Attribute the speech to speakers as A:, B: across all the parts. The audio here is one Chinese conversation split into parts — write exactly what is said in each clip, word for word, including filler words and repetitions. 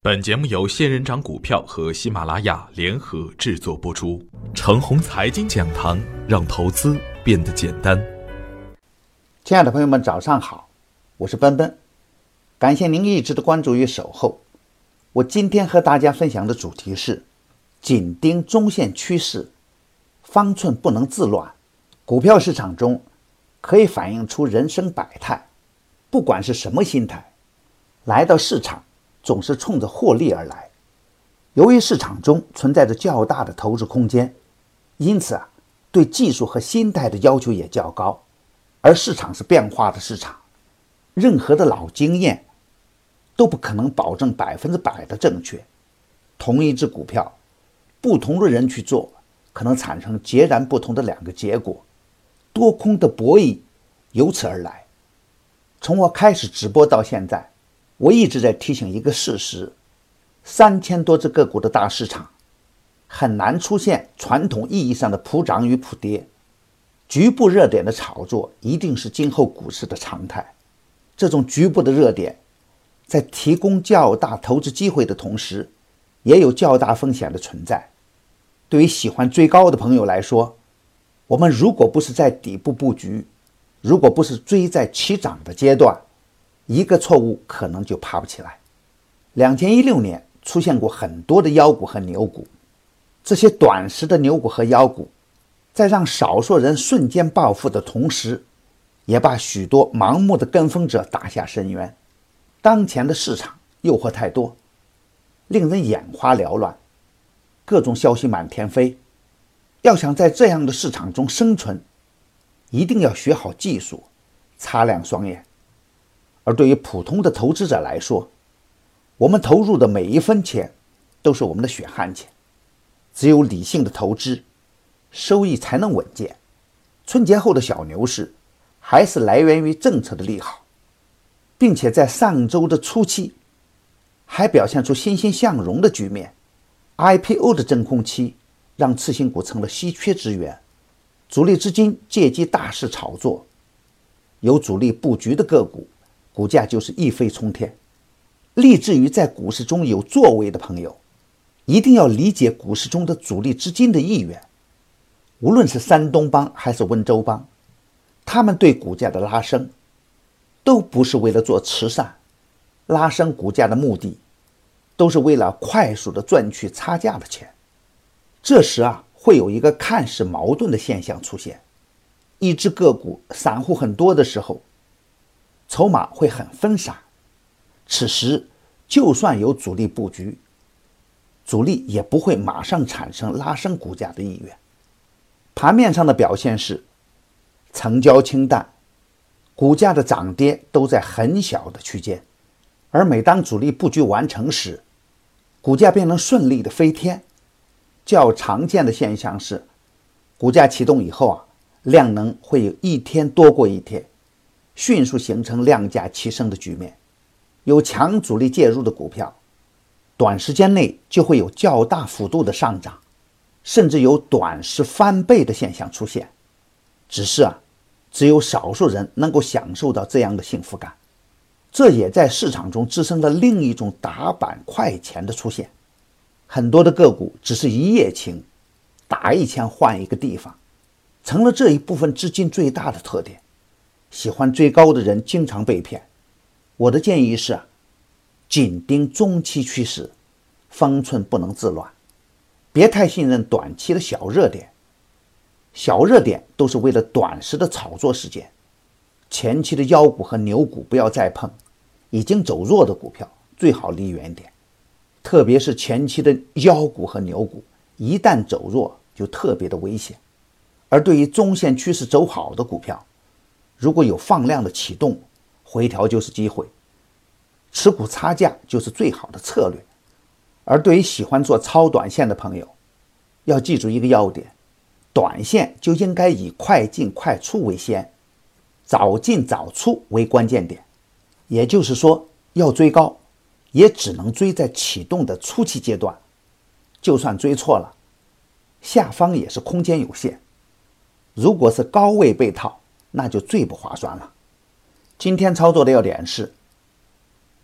A: 本节目由仙人掌股票和喜马拉雅联合制作播出。程红财经讲堂，让投资变得简单。
B: 亲爱的朋友们，早上好，我是奔奔，感谢您一直的关注与守候。我今天和大家分享的主题是紧盯中线趋势，方寸不能自乱。股票市场中可以反映出人生百态，不管是什么心态，来到市场总是冲着获利而来。由于市场中存在着较大的投资空间，因此啊，对技术和心态的要求也较高。而市场是变化的市场，任何的老经验都不可能保证百分之百的正确。同一只股票，不同的人去做，可能产生截然不同的两个结果，多空的博弈由此而来。从我开始直播到现在，我一直在提醒一个事实：三千多只个股的大市场，很难出现传统意义上的普涨与普跌。局部热点的炒作一定是今后股市的常态。这种局部的热点在提供较大投资机会的同时，也有较大风险的存在。对于喜欢追高的朋友来说，我们如果不是在底部布局，如果不是追在起涨的阶段，一个错误可能就爬不起来。二零一六年出现过很多的妖股和牛股，这些短时的牛股和妖股在让少数人瞬间暴富的同时，也把许多盲目的跟风者打下深渊。当前的市场诱惑太多，令人眼花缭乱，各种消息满天飞。要想在这样的市场中生存，一定要学好技术，擦亮双眼。而对于普通的投资者来说，我们投入的每一分钱都是我们的血汗钱，只有理性的投资，收益才能稳健。春节后的小牛市还是来源于政策的利好，并且在上周的初期还表现出欣欣向荣的局面。 I P O 的真空期让次新股成了稀缺资源，主力资金借机大肆炒作，有主力布局的个股股价就是一飞冲天。立志于在股市中有作为的朋友，一定要理解股市中的主力资金的意愿。无论是山东帮还是温州帮，他们对股价的拉升都不是为了做慈善，拉升股价的目的都是为了快速的赚取差价的钱。这时啊，会有一个看似矛盾的现象出现：一只个股散户很多的时候，筹码会很分散，此时就算有主力布局，主力也不会马上产生拉升股价的意愿。盘面上的表现是成交清淡，股价的涨跌都在很小的区间。而每当主力布局完成时，股价便能顺利的飞天。较常见的现象是，股价启动以后啊，量能会有一天多过一天，迅速形成量价齐升的局面。有强主力介入的股票，短时间内就会有较大幅度的上涨，甚至有短时翻倍的现象出现。只是啊，只有少数人能够享受到这样的幸福感。这也在市场中滋生了另一种打板快钱的出现。很多的个股只是一夜情，打一枪换一个地方，成了这一部分资金最大的特点。喜欢追高的人经常被骗。我的建议是啊，紧盯中期趋势，方寸不能自乱，别太信任短期的小热点。小热点都是为了短时的炒作事件，前期的妖股和牛股不要再碰，已经走弱的股票最好离远点。特别是前期的妖股和牛股一旦走弱就特别的危险。而对于中线趋势走好的股票，如果有放量的启动，回调就是机会，持股差价就是最好的策略。而对于喜欢做超短线的朋友，要记住一个要点：短线就应该以快进快出为先，早进早出为关键点。也就是说，要追高也只能追在启动的初期阶段，就算追错了，下方也是空间有限。如果是高位被套，那就最不划算了。今天操作的要点是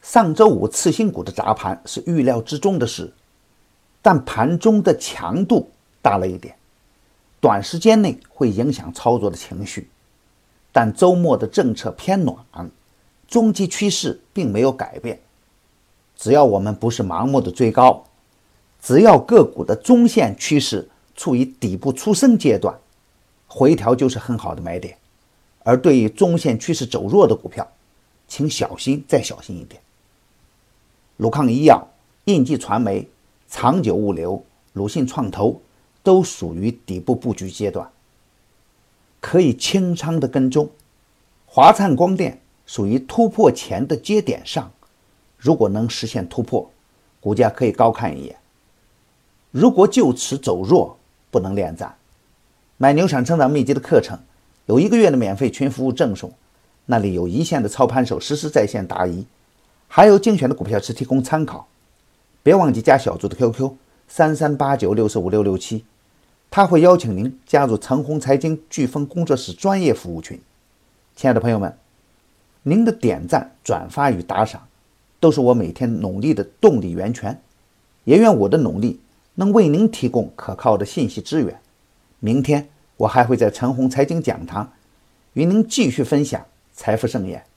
B: 上周五次新股的砸盘是预料之中的事，但盘中的强度大了一点，短时间内会影响操作的情绪。但周末的政策偏暖，中期趋势并没有改变。只要我们不是盲目的追高，只要个股的中线趋势处于底部出生阶段，回调就是很好的买点。而对于中线趋势走弱的股票，请小心再小心一点。鲁康医药、印记传媒、长久物流、鲁信创投都属于底部布局阶段，可以清仓的跟踪。华灿光电属于突破前的接点上，如果能实现突破，股价可以高看一眼。如果就此走弱，不能恋战。买牛产成长秘籍的课程，有一个月的免费群服务赠送，那里有一线的操盘手实时在线答疑，还有精选的股票池提供参考。别忘记加小组的 Q Q 三三八九六四五六六七，他会邀请您加入陈红财经飓风工作室专业服务群。亲爱的朋友们，您的点赞、转发与打赏都是我每天努力的动力源泉，也愿我的努力能为您提供可靠的信息资源。明天我还会在陈红财经讲堂与您继续分享财富盛宴。